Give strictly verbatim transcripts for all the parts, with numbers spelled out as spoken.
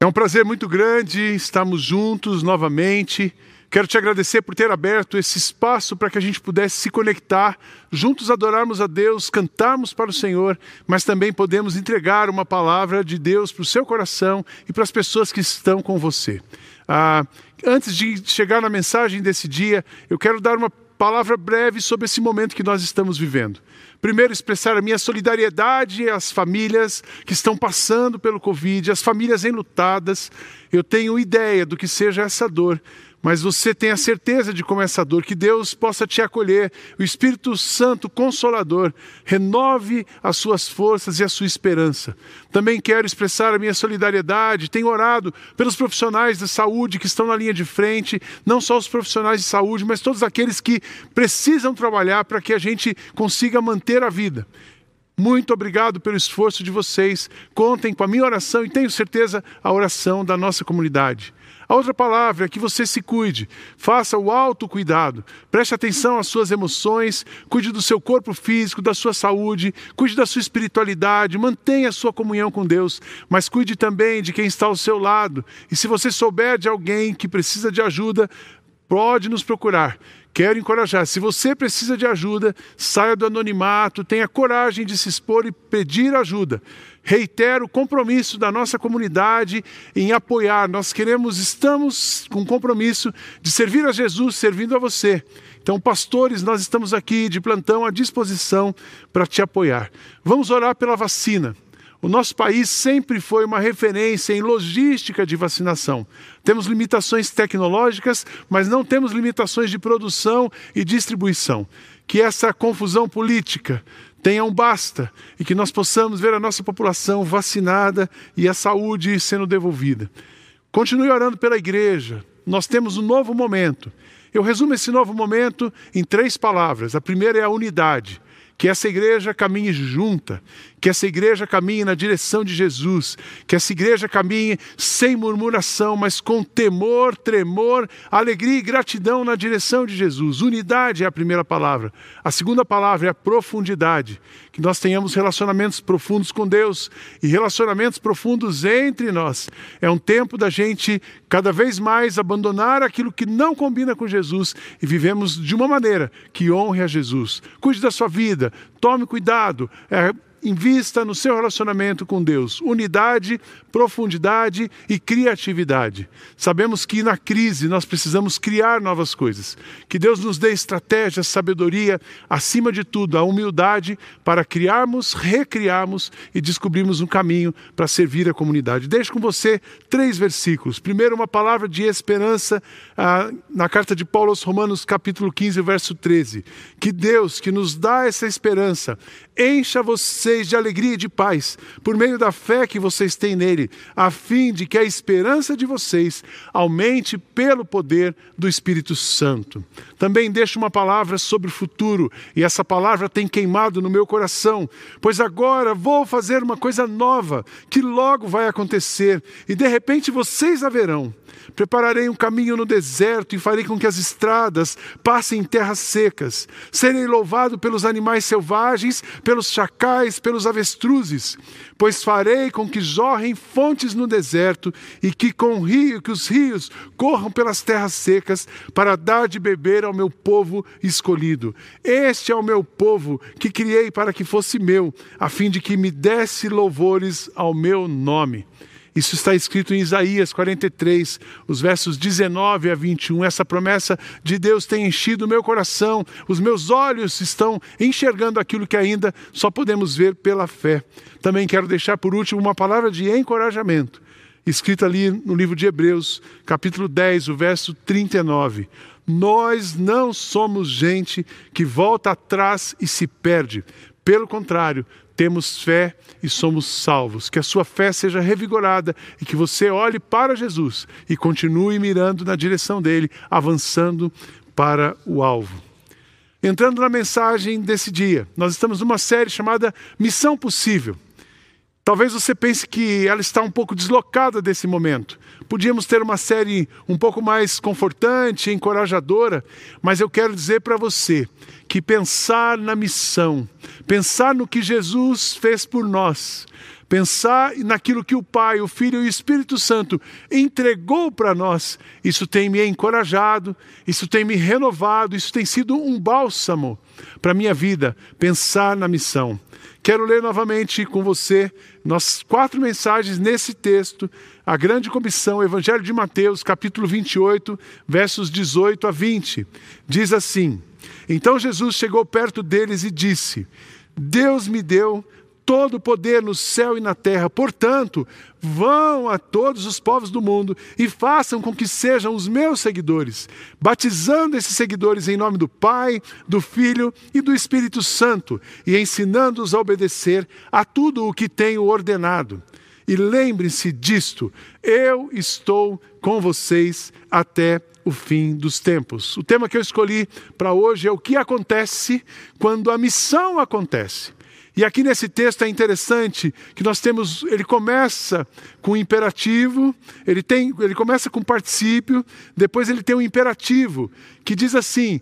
É um prazer muito grande estarmos juntos novamente. Quero te agradecer por ter aberto esse espaço para que a gente pudesse se conectar, juntos adorarmos a Deus, cantarmos para o Senhor, mas também podemos entregar uma palavra de Deus para o seu coração e para as pessoas que estão com você. Ah, antes de chegar na mensagem desse dia, eu quero dar uma palavra breve sobre esse momento que nós estamos vivendo. Primeiro, expressar a minha solidariedade às famílias que estão passando pelo Covid, às famílias enlutadas. Eu tenho ideia do que seja essa dor, mas você tem a certeza de como é essa dor, que Deus possa te acolher, o Espírito Santo Consolador renove as suas forças e a sua esperança. Também quero expressar a minha solidariedade, tenho orado pelos profissionais da saúde que estão na linha de frente, não só os profissionais de saúde, mas todos aqueles que precisam trabalhar para que a gente consiga manter a vida. Muito obrigado pelo esforço de vocês, contem com a minha oração e tenho certeza a oração da nossa comunidade. A outra palavra é que você se cuide, faça o autocuidado, preste atenção às suas emoções, cuide do seu corpo físico, da sua saúde, cuide da sua espiritualidade, mantenha a sua comunhão com Deus, mas cuide também de quem está ao seu lado. E se você souber de alguém que precisa de ajuda, pode nos procurar. Quero encorajar, se você precisa de ajuda, saia do anonimato, tenha coragem de se expor e pedir ajuda. Reitero o compromisso da nossa comunidade em apoiar. Nós queremos, estamos com compromisso de servir a Jesus, servindo a você. Então, pastores, nós estamos aqui de plantão à disposição para te apoiar. Vamos orar pela vacina. O nosso país sempre foi uma referência em logística de vacinação. Temos limitações tecnológicas, mas não temos limitações de produção e distribuição. Que essa confusão política tenha um basta e que nós possamos ver a nossa população vacinada e a saúde sendo devolvida. Continue orando pela igreja. Nós temos um novo momento. Eu resumo esse novo momento em três palavras. A primeira é a unidade. Que essa igreja caminhe junta, que essa igreja caminhe na direção de Jesus, que essa igreja caminhe sem murmuração, mas com temor, tremor, alegria e gratidão na direção de Jesus. Unidade é a primeira palavra. A segunda palavra é a profundidade, que nós tenhamos relacionamentos profundos com Deus e relacionamentos profundos entre nós. É um tempo da gente cada vez mais abandonar aquilo que não combina com Jesus e vivemos de uma maneira que honre a Jesus. Cuide da sua vida, tome cuidado, é, invista no seu relacionamento com Deus. Unidade, profundidade e criatividade. Sabemos que na crise nós precisamos criar novas coisas. Que Deus nos dê estratégia, sabedoria, acima de tudo, a humildade para criarmos, recriarmos e descobrirmos um caminho para servir a comunidade. Deixo com você três versículos. Primeiro, uma palavra de esperança ah, na carta de Paulo aos Romanos, capítulo quinze, verso treze. Que Deus, que nos dá essa esperança, encha você de alegria e de paz, por meio da fé que vocês têm nele, a fim de que a esperança de vocês aumente pelo poder do Espírito Santo. Também deixo uma palavra sobre o futuro, e essa palavra tem queimado no meu coração, pois agora vou fazer uma coisa nova, que logo vai acontecer, e de repente vocês a verão. Prepararei um caminho no deserto e farei com que as estradas passem em terras secas. Serei louvado pelos animais selvagens, pelos chacais, pelos avestruzes, pois farei com que jorrem fontes no deserto e que com o rio, que os rios corram pelas terras secas para dar de beber ao meu povo escolhido. Este é o meu povo que criei para que fosse meu, a fim de que me desse louvores ao meu nome. Isso está escrito em Isaías quarenta e três, os versos dezenove a vinte e um. Essa promessa de Deus tem enchido o meu coração. Os meus olhos estão enxergando aquilo que ainda só podemos ver pela fé. Também quero deixar por último uma palavra de encorajamento, escrita ali no livro de Hebreus, capítulo dez, o verso trinta e nove. Nós não somos gente que volta atrás e se perde. Pelo contrário, temos fé e somos salvos. Que a sua fé seja revigorada e que você olhe para Jesus e continue mirando na direção dele, avançando para o alvo. Entrando na mensagem desse dia, nós estamos numa série chamada Missão Possível. Talvez você pense que ela está um pouco deslocada desse momento. Podíamos ter uma série um pouco mais confortante, encorajadora, mas eu quero dizer para você que pensar na missão, pensar no que Jesus fez por nós, pensar naquilo que o Pai, o Filho e o Espírito Santo entregou para nós, isso tem me encorajado, isso tem me renovado, isso tem sido um bálsamo para a minha vida, pensar na missão. Quero ler novamente com você nossas quatro mensagens nesse texto, a grande comissão, Evangelho de Mateus, capítulo vinte e oito, versos dezoito a vinte. Diz assim: Então Jesus chegou perto deles e disse: Deus me deu todo o poder no céu e na terra, portanto, vão a todos os povos do mundo e façam com que sejam os meus seguidores, batizando esses seguidores em nome do Pai, do Filho e do Espírito Santo, e ensinando-os a obedecer a tudo o que tenho ordenado. E lembrem-se disto, eu estou com vocês até o fim dos tempos. O tema que eu escolhi para hoje é o que acontece quando a missão acontece. E aqui nesse texto é interessante que nós temos, ele começa com o imperativo, ele, tem, ele começa com o particípio, depois ele tem um imperativo, que diz assim,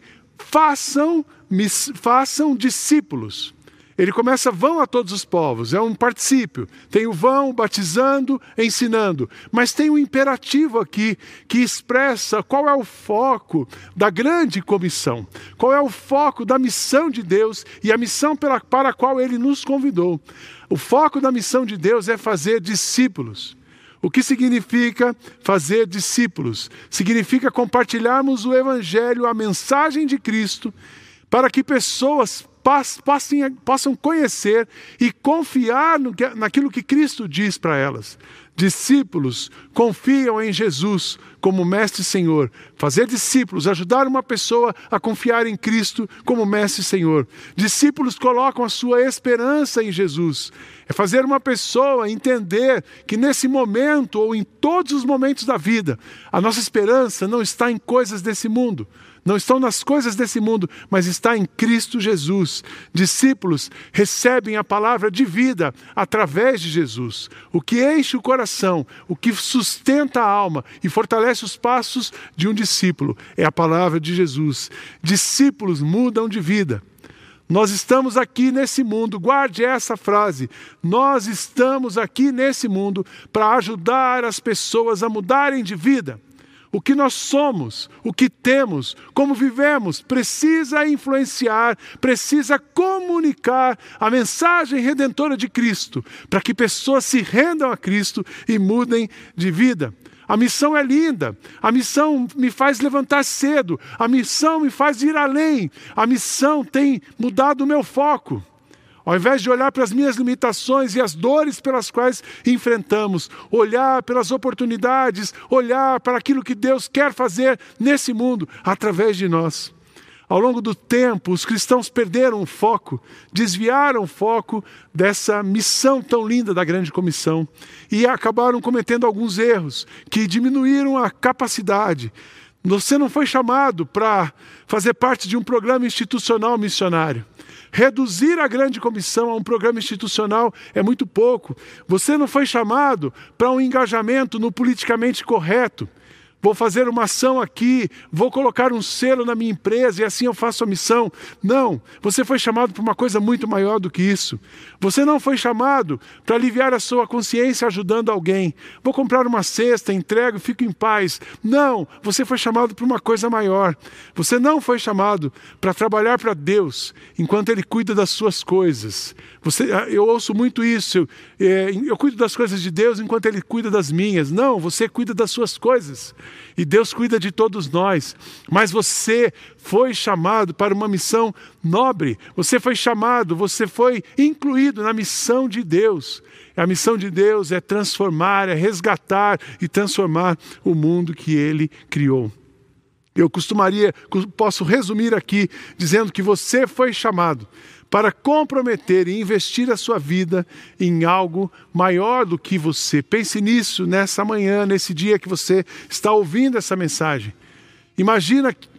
façam, mis, façam discípulos. Ele começa, vão a todos os povos, é um particípio. Tem o vão, batizando, ensinando. Mas tem um imperativo aqui que expressa qual é o foco da grande comissão. Qual é o foco da missão de Deus e a missão pela, para a qual Ele nos convidou. O foco da missão de Deus é fazer discípulos. O que significa fazer discípulos? Significa compartilharmos o Evangelho, a mensagem de Cristo, para que pessoas Passem, possam conhecer e confiar no que, naquilo que Cristo diz para elas. Discípulos confiam em Jesus como Mestre e Senhor. Fazer discípulos, ajudar uma pessoa a confiar em Cristo como Mestre e Senhor. Discípulos colocam a sua esperança em Jesus. É fazer uma pessoa entender que nesse momento ou em todos os momentos da vida, a nossa esperança não está em coisas desse mundo. Não estão nas coisas desse mundo, mas está em Cristo Jesus. Discípulos recebem a palavra de vida através de Jesus. O que enche o coração, o que sustenta a alma e fortalece os passos de um discípulo é a palavra de Jesus. Discípulos mudam de vida. Nós estamos aqui nesse mundo, guarde essa frase, nós estamos aqui nesse mundo para ajudar as pessoas a mudarem de vida. O que nós somos, o que temos, como vivemos, precisa influenciar, precisa comunicar a mensagem redentora de Cristo, para que pessoas se rendam a Cristo e mudem de vida. A missão é linda, a missão me faz levantar cedo, a missão me faz ir além, a missão tem mudado o meu foco. Ao invés de olhar para as minhas limitações e as dores pelas quais enfrentamos, olhar pelas oportunidades, olhar para aquilo que Deus quer fazer nesse mundo através de nós. Ao longo do tempo, os cristãos perderam o foco, desviaram o foco dessa missão tão linda da grande comissão e acabaram cometendo alguns erros que diminuíram a capacidade. Você não foi chamado para fazer parte de um programa institucional missionário. Reduzir a grande comissão a um programa institucional é muito pouco. Você não foi chamado para um engajamento no politicamente correto. Vou fazer uma ação aqui, vou colocar um selo na minha empresa e assim eu faço a missão. Não, você foi chamado para uma coisa muito maior do que isso. Você não foi chamado para aliviar a sua consciência ajudando alguém. Vou comprar uma cesta, entrego e fico em paz. Não, você foi chamado para uma coisa maior. Você não foi chamado para trabalhar para Deus enquanto Ele cuida das suas coisas. Você, eu ouço muito isso, eu, eu cuido das coisas de Deus enquanto Ele cuida das minhas. Não, você cuida das suas coisas. E Deus cuida de todos nós, mas você foi chamado para uma missão nobre, você foi chamado, você foi incluído na missão de Deus. A missão de Deus é transformar, é resgatar e transformar o mundo que Ele criou. Eu costumaria, posso resumir aqui, dizendo que você foi chamado para comprometer e investir a sua vida em algo maior do que você. Pense nisso nessa manhã, nesse dia que você está ouvindo essa mensagem. Imagina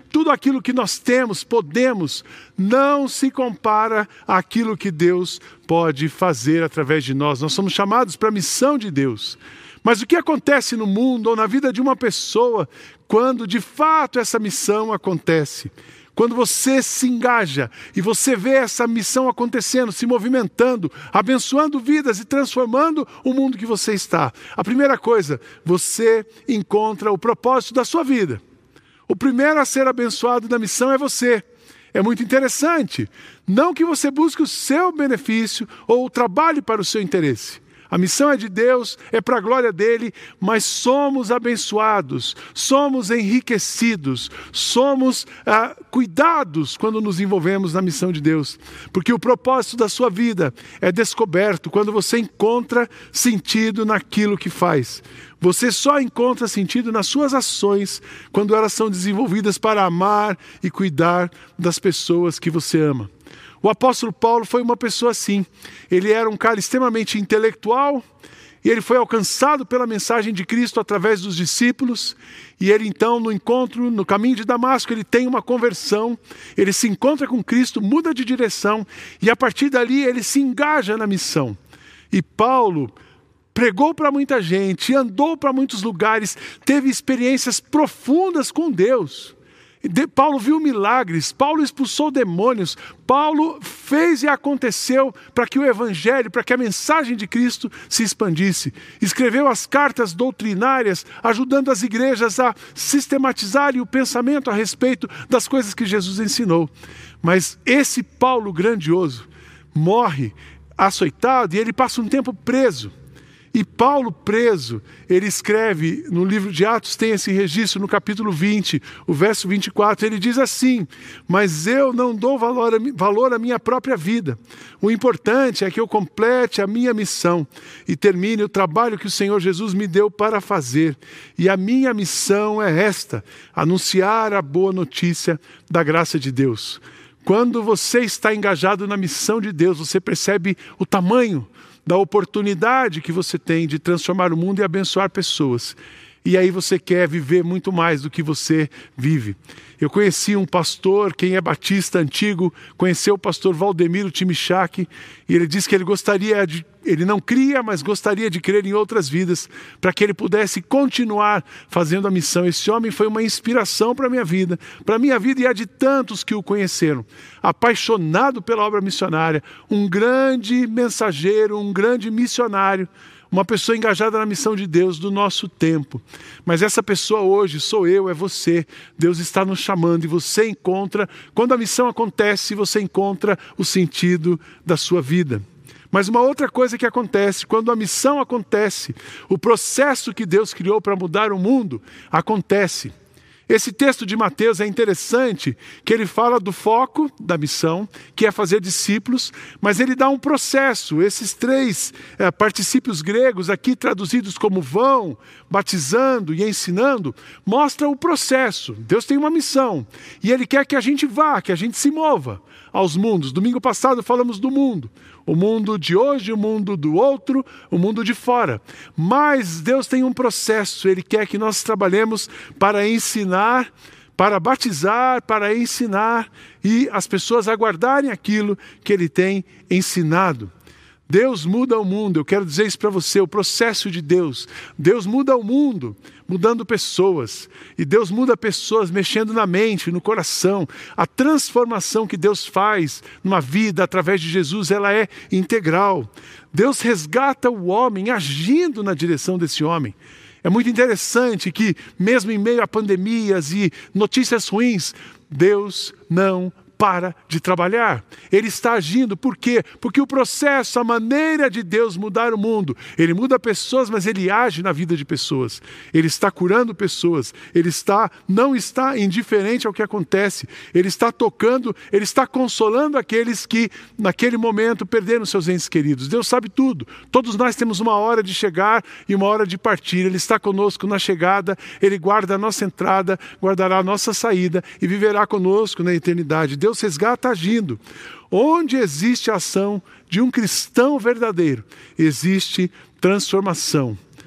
tudo aquilo que nós temos, podemos, não se compara àquilo que Deus pode fazer através de nós. Nós somos chamados para a missão de Deus. Mas o que acontece no mundo ou na vida de uma pessoa quando de fato essa missão acontece? Quando você se engaja e você vê essa missão acontecendo, se movimentando, abençoando vidas e transformando o mundo que você está. A primeira coisa, você encontra o propósito da sua vida. O primeiro a ser abençoado na missão é você. É muito interessante. Não que você busque o seu benefício ou trabalhe para o seu interesse. A missão é de Deus, é para a glória dele, mas somos abençoados, somos enriquecidos, somos ah, cuidados quando nos envolvemos na missão de Deus. Porque o propósito da sua vida é descoberto quando você encontra sentido naquilo que faz. Você só encontra sentido nas suas ações quando elas são desenvolvidas para amar e cuidar das pessoas que você ama. O apóstolo Paulo foi uma pessoa assim. Ele era um cara extremamente intelectual e ele foi alcançado pela mensagem de Cristo através dos discípulos. E ele então, no encontro, no caminho de Damasco, ele tem uma conversão. Ele se encontra com Cristo, muda de direção e a partir dali ele se engaja na missão. E Paulo pregou para muita gente, andou para muitos lugares, teve experiências profundas com Deus. De, Paulo viu milagres, Paulo expulsou demônios, Paulo fez e aconteceu para que o evangelho, para que a mensagem de Cristo se expandisse. Escreveu as cartas doutrinárias, ajudando as igrejas a sistematizarem o pensamento a respeito das coisas que Jesus ensinou. Mas esse Paulo grandioso morre açoitado e ele passa um tempo preso. E Paulo preso, ele escreve no livro de Atos, tem esse registro no capítulo vinte, o verso vinte e quatro, ele diz assim: mas eu não dou valor a, valor à minha própria vida. O importante é que eu complete a minha missão e termine o trabalho que o Senhor Jesus me deu para fazer. E a minha missão é esta: anunciar a boa notícia da graça de Deus. Quando você está engajado na missão de Deus, você percebe o tamanho da oportunidade que você tem de transformar o mundo e abençoar pessoas. E aí você quer viver muito mais do que você vive. Eu conheci um pastor, quem é batista antigo, conheceu o pastor Valdemiro Timichak, e ele disse que ele gostaria de, ele não cria, mas gostaria de crer em outras vidas, para que ele pudesse continuar fazendo a missão. Esse homem foi uma inspiração para a minha vida, para a minha vida e a de tantos que o conheceram. Apaixonado pela obra missionária, um grande mensageiro, um grande missionário, uma pessoa engajada na missão de Deus do nosso tempo. Mas essa pessoa hoje sou eu, é você. Deus está nos chamando e você encontra, quando a missão acontece, você encontra o sentido da sua vida. Mas uma outra coisa que acontece, quando a missão acontece, o processo que Deus criou para mudar o mundo acontece. Esse texto de Mateus é interessante, que ele fala do foco da missão, que é fazer discípulos, mas ele dá um processo. Esses três é, particípios gregos, aqui traduzidos como vão, batizando e ensinando, mostram o processo. Deus tem uma missão e ele quer que a gente vá, que a gente se mova aos mundos. Domingo passado falamos do mundo. O mundo de hoje, o mundo do outro, o mundo de fora. Mas Deus tem um processo, Ele quer que nós trabalhemos para ensinar, para batizar, para ensinar e as pessoas aguardarem aquilo que Ele tem ensinado. Deus muda o mundo, eu quero dizer isso para você, o processo de Deus. Deus muda o mundo, mudando pessoas. E Deus muda pessoas mexendo na mente, no coração. A transformação que Deus faz numa vida através de Jesus, ela é integral. Deus resgata o homem agindo na direção desse homem. É muito interessante que, mesmo em meio a pandemias e notícias ruins, Deus não para de trabalhar. Ele está agindo. Por quê? Porque o processo, a maneira de Deus mudar o mundo, Ele muda pessoas, mas Ele age na vida de pessoas. Ele está curando pessoas. Ele está, não está indiferente ao que acontece. Ele está tocando, Ele está consolando aqueles que, naquele momento, perderam seus entes queridos. Deus sabe tudo. Todos nós temos uma hora de chegar e uma hora de partir. Ele está conosco na chegada, Ele guarda a nossa entrada, guardará a nossa saída e viverá conosco na eternidade. Deus Deus resgata agindo. Onde existe a ação de um cristão verdadeiro, existe transformação.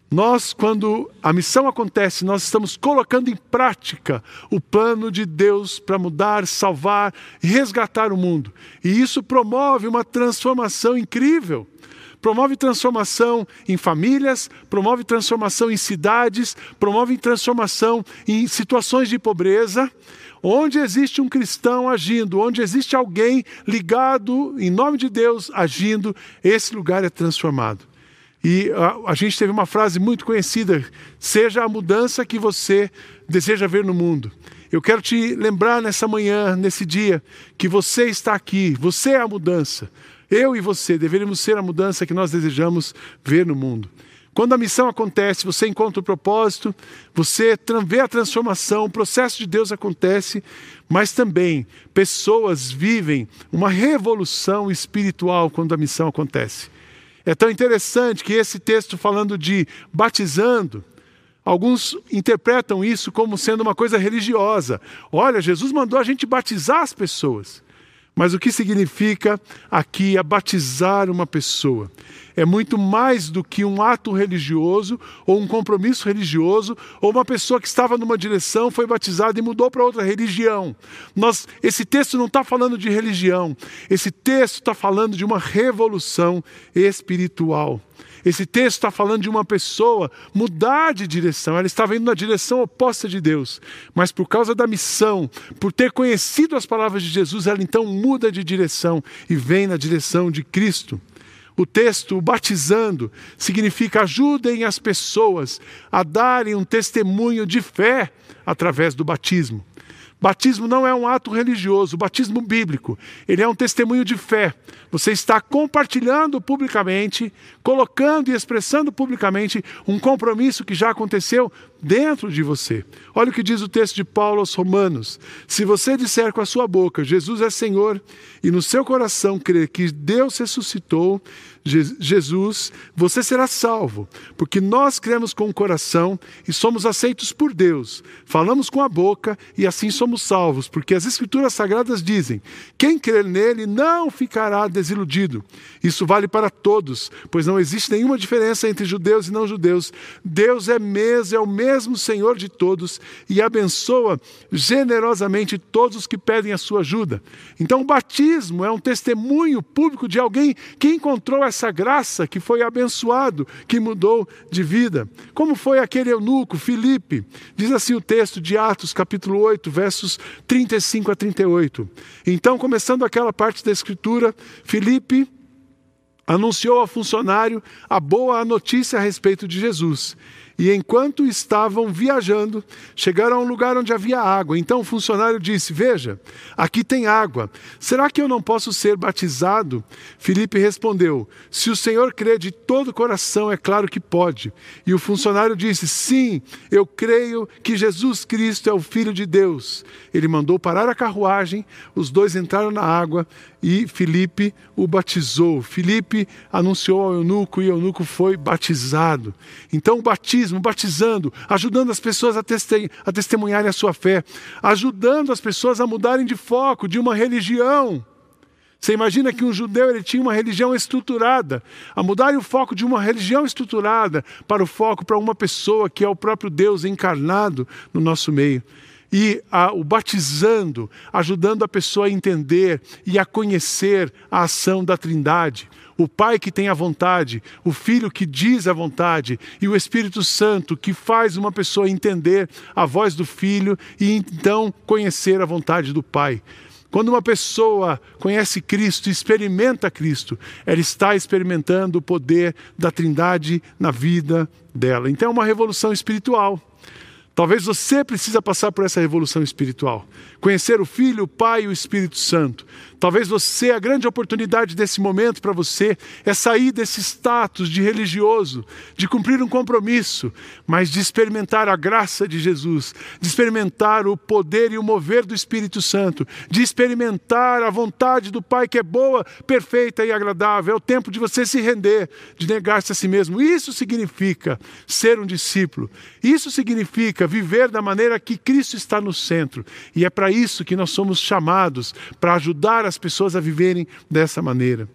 Nós, quando a missão acontece, nós estamos colocando em prática o plano de Deus para mudar, salvar e resgatar o mundo. E isso promove uma transformação incrível. Promove transformação em famílias, promove transformação em cidades, promove transformação em situações de pobreza. Onde existe um cristão agindo, onde existe alguém ligado em nome de Deus agindo, esse lugar é transformado. E a, a gente teve uma frase muito conhecida: seja a mudança que você deseja ver no mundo. Eu quero te lembrar nessa manhã, nesse dia, que você está aqui, você é a mudança. Eu e você deveríamos ser a mudança que nós desejamos ver no mundo. Quando a missão acontece, você encontra o propósito, você vê a transformação, o processo de Deus acontece, mas também pessoas vivem uma revolução espiritual quando a missão acontece. É tão interessante que esse texto falando de batizando, alguns interpretam isso como sendo uma coisa religiosa. Olha, Jesus mandou a gente batizar as pessoas. Mas o que significa aqui é batizar uma pessoa? É muito mais do que um ato religioso, ou um compromisso religioso, ou uma pessoa que estava numa direção, foi batizada e mudou para outra religião. Nós, esse texto não está falando de religião, esse texto está falando de uma revolução espiritual. Esse texto está falando de uma pessoa mudar de direção. Ela estava indo na direção oposta de Deus. Mas por causa da missão, por ter conhecido as palavras de Jesus, ela então muda de direção e vem na direção de Cristo. O texto, batizando, significa ajudem as pessoas a darem um testemunho de fé através do batismo. Batismo não é um ato religioso, o batismo bíblico, ele é um testemunho de fé. Você está compartilhando publicamente, colocando e expressando publicamente um compromisso que já aconteceu dentro de você. Olha o que diz o texto de Paulo aos Romanos: se você disser com a sua boca, Jesus é Senhor, e no seu coração crer que Deus ressuscitou Jesus, você será salvo, porque nós cremos com o coração e somos aceitos por Deus. Falamos com a boca e assim somos salvos, porque as Escrituras Sagradas dizem: quem crer nele não ficará desiludido. Isso vale para todos, pois não existe nenhuma diferença entre judeus e não judeus. Deus é mesmo, é o mesmo Senhor de todos e abençoa generosamente todos os que pedem a sua ajuda. Então o batismo é um testemunho público de alguém que encontrou essa graça, que foi abençoado, que mudou de vida. Como foi aquele eunuco, Filipe? Diz assim o texto de Atos, capítulo oito, versos trinta e cinco a trinta e oito. Então, começando aquela parte da Escritura, Filipe anunciou ao funcionário a boa notícia a respeito de Jesus. E enquanto estavam viajando, chegaram a um lugar onde havia água. Então o funcionário disse: veja, aqui tem água. Será que eu não posso ser batizado? Filipe respondeu: se o Senhor crê de todo o coração, é claro que pode. E o funcionário disse: sim, eu creio que Jesus Cristo é o Filho de Deus. Ele mandou parar a carruagem, os dois entraram na água e Filipe o batizou. Filipe anunciou ao eunuco e o eunuco foi batizado. Então o batismo, batizando, ajudando as pessoas a, teste- a testemunharem a sua fé, ajudando as pessoas a mudarem de foco, de uma religião. Você imagina que um judeu ele tinha uma religião estruturada, a mudarem o foco de uma religião estruturada para o foco para uma pessoa que é o próprio Deus encarnado no nosso meio. E a, o batizando, ajudando a pessoa a entender e a conhecer a ação da Trindade. O Pai que tem a vontade, o Filho que diz a vontade e o Espírito Santo que faz uma pessoa entender a voz do Filho e então conhecer a vontade do Pai. Quando uma pessoa conhece Cristo, experimenta Cristo, ela está experimentando o poder da Trindade na vida dela. Então é uma revolução espiritual. Talvez você precisa passar por essa revolução espiritual. Conhecer o Filho, o Pai e o Espírito Santo. Talvez você, a grande oportunidade desse momento para você é sair desse status de religioso, de cumprir um compromisso, mas de experimentar a graça de Jesus, de experimentar o poder e o mover do Espírito Santo, de experimentar a vontade do Pai que é boa, perfeita e agradável. É o tempo de você se render, de negar-se a si mesmo. Isso significa ser um discípulo. Isso significa viver da maneira que Cristo está no centro. E é para isso que nós somos chamados, para ajudar as pessoas a viverem dessa maneira.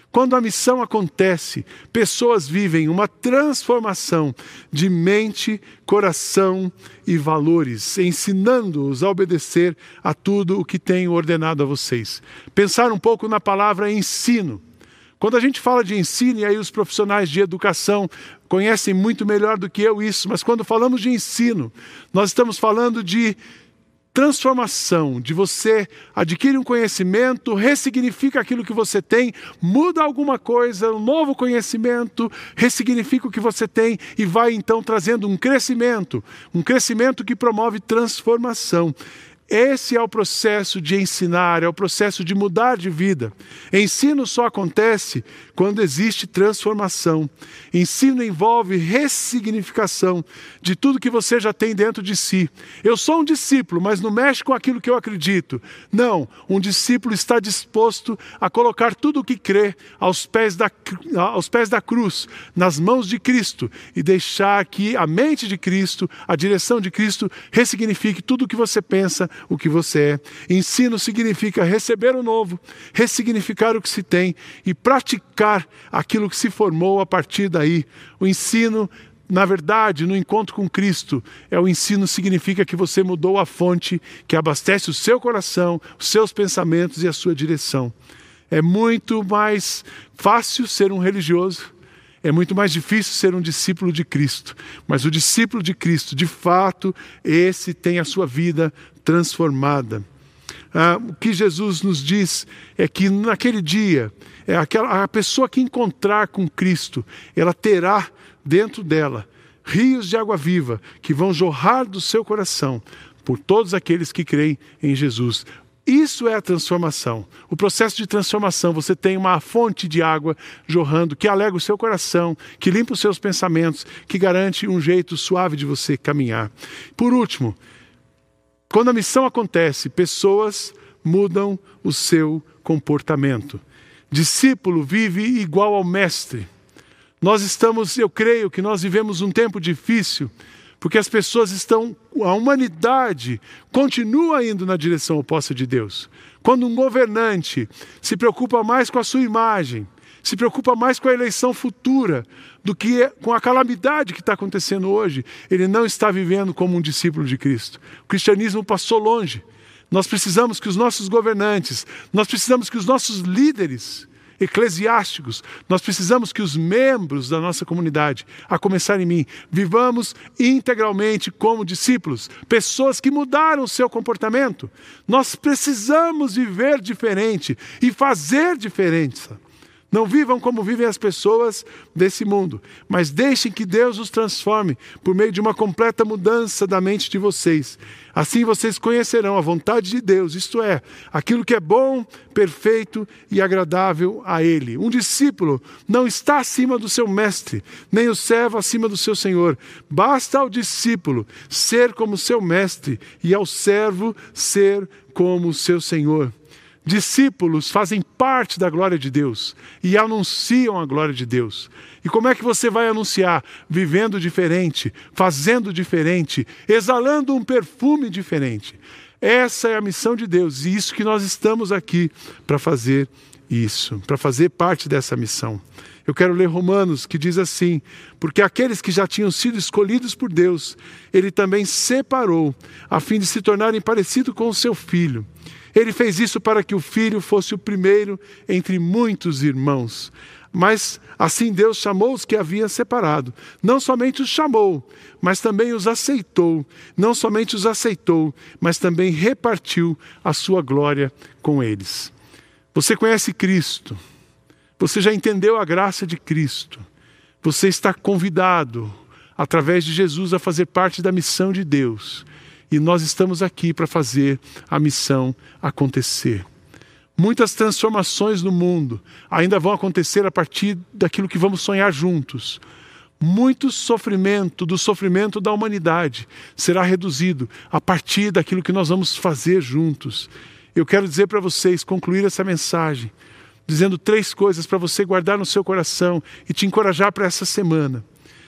Quando a missão acontece, pessoas vivem uma transformação de mente, coração e valores, ensinando-os a obedecer a tudo o que tenho ordenado a vocês. Pensar um pouco na palavra ensino. Quando a gente fala de ensino, e aí os profissionais de educação conhecem muito melhor do que eu isso, mas quando falamos de ensino, nós estamos falando de transformação, de você adquire um conhecimento, ressignifica aquilo que você tem, muda alguma coisa, um novo conhecimento, ressignifica o que você tem e vai então trazendo um crescimento, um crescimento que promove transformação. Esse é o processo de ensinar, é o processo de mudar de vida. Ensino só acontece quando existe transformação. Ensino envolve ressignificação de tudo que você já tem dentro de si. Eu sou um discípulo, mas não mexe com aquilo que eu acredito. Não, um discípulo está disposto a colocar tudo o que crê aos pés da, aos pés da cruz, nas mãos de Cristo, e deixar que a mente de Cristo, a direção de Cristo, ressignifique tudo o que você pensa, o que você é. Ensino significa receber o novo, ressignificar o que se tem e praticar aquilo que se formou a partir daí. O ensino, na verdade, no encontro com Cristo, é o ensino significa que você mudou a fonte que abastece o seu coração, os seus pensamentos e a sua direção. É muito mais fácil ser um religioso. É muito mais difícil ser um discípulo de Cristo. Mas o discípulo de Cristo, de fato, esse tem a sua vida transformada. Ah, o que Jesus nos diz é que naquele dia, é aquela, a pessoa que encontrar com Cristo, ela terá dentro dela rios de água viva que vão jorrar do seu coração por todos aqueles que creem em Jesus. Isso é a transformação. O processo de transformação, você tem uma fonte de água jorrando que alegra o seu coração, que limpa os seus pensamentos, que garante um jeito suave de você caminhar. Por último, quando a missão acontece, pessoas mudam o seu comportamento. Discípulo vive igual ao mestre. Nós estamos, eu creio que nós vivemos um tempo difícil, porque as pessoas estão, a humanidade continua indo na direção oposta de Deus. Quando um governante se preocupa mais com a sua imagem, se preocupa mais com a eleição futura do que com a calamidade que está acontecendo hoje, ele não está vivendo como um discípulo de Cristo. O cristianismo passou longe. Nós precisamos que os nossos governantes, nós precisamos que os nossos líderes eclesiásticos, nós precisamos que os membros da nossa comunidade, a começar em mim, vivamos integralmente como discípulos, pessoas que mudaram o seu comportamento. Nós precisamos viver diferente e fazer diferença. Não vivam como vivem as pessoas desse mundo, mas deixem que Deus os transforme por meio de uma completa mudança da mente de vocês. Assim vocês conhecerão a vontade de Deus, isto é, aquilo que é bom, perfeito e agradável a Ele. Um discípulo não está acima do seu mestre, nem o servo acima do seu senhor. Basta ao discípulo ser como seu mestre e ao servo ser como o seu senhor. Discípulos fazem parte da glória de Deus e anunciam a glória de Deus. E como é que você vai anunciar? Vivendo diferente, fazendo diferente, exalando um perfume diferente. Essa é a missão de Deus e isso que nós estamos aqui para fazer isso, para fazer parte dessa missão. Eu quero ler Romanos, que diz assim: porque aqueles que já tinham sido escolhidos por Deus, Ele também separou, a fim de se tornarem parecidos com o seu Filho. Ele fez isso para que o Filho fosse o primeiro entre muitos irmãos. Mas assim Deus chamou os que havia separado. Não somente os chamou, mas também os aceitou. Não somente os aceitou, mas também repartiu a sua glória com eles. Você conhece Cristo. Você já entendeu a graça de Cristo. Você está convidado, através de Jesus, a fazer parte da missão de Deus. E nós estamos aqui para fazer a missão acontecer. Muitas transformações no mundo ainda vão acontecer a partir daquilo que vamos sonhar juntos. Muito sofrimento, do sofrimento da humanidade, será reduzido a partir daquilo que nós vamos fazer juntos. Eu quero dizer para vocês, concluir essa mensagem, dizendo três coisas para você guardar no seu coração e te encorajar para essa semana.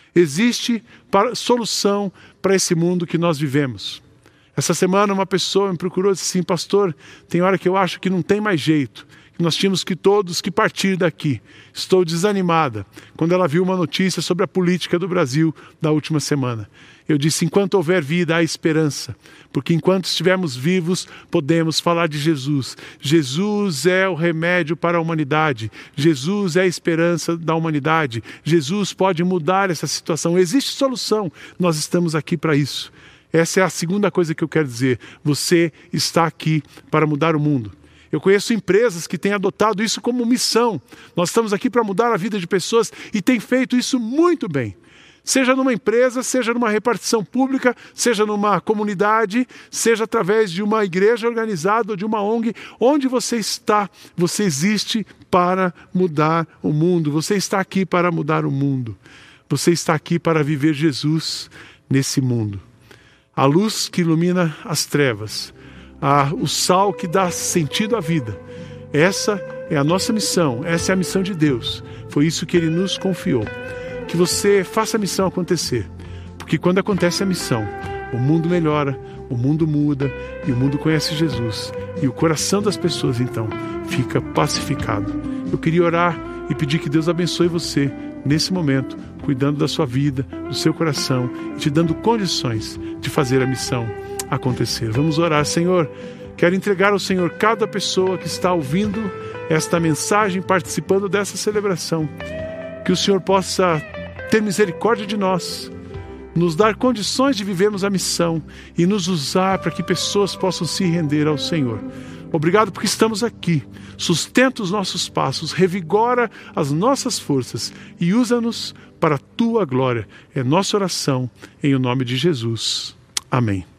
Existe solução para esse mundo que nós vivemos. Essa semana uma pessoa me procurou e disse assim: pastor, tem hora que eu acho que não tem mais jeito, nós tínhamos que todos que partir daqui. Estou desanimada quando ela viu uma notícia sobre a política do Brasil da última semana. Eu disse, enquanto houver vida, há esperança, porque enquanto estivermos vivos, podemos falar de Jesus. Jesus é o remédio para a humanidade. Jesus é a esperança da humanidade. Jesus pode mudar essa situação. Existe solução. Nós estamos aqui para isso. Essa é a segunda coisa que eu quero dizer. Você está aqui para mudar o mundo. Eu conheço empresas que têm adotado isso como missão. Nós estamos aqui para mudar a vida de pessoas e têm feito isso muito bem. Seja numa empresa, seja numa repartição pública, seja numa comunidade, seja através de uma igreja organizada ou de uma O N G, onde você está, você existe para mudar o mundo. Você está aqui para mudar o mundo. Você está aqui para viver Jesus nesse mundo. A luz que ilumina as trevas, a, o sal que dá sentido à vida. Essa é a nossa missão, essa é a missão de Deus. Foi isso que Ele nos confiou. Que você faça a missão acontecer, porque quando acontece a missão, o mundo melhora, o mundo muda e o mundo conhece Jesus e o coração das pessoas então fica pacificado. Eu queria orar e pedir que Deus abençoe você nesse momento, cuidando da sua vida, do seu coração e te dando condições de fazer a missão acontecer. Vamos orar. Senhor, quero entregar ao Senhor cada pessoa que está ouvindo esta mensagem, participando dessa celebração. Que o Senhor possa ter misericórdia de nós, nos dar condições de vivermos a missão e nos usar para que pessoas possam se render ao Senhor. Obrigado porque estamos aqui. Sustenta os nossos passos, revigora as nossas forças e usa-nos para a Tua glória. É nossa oração em o nome de Jesus. Amém.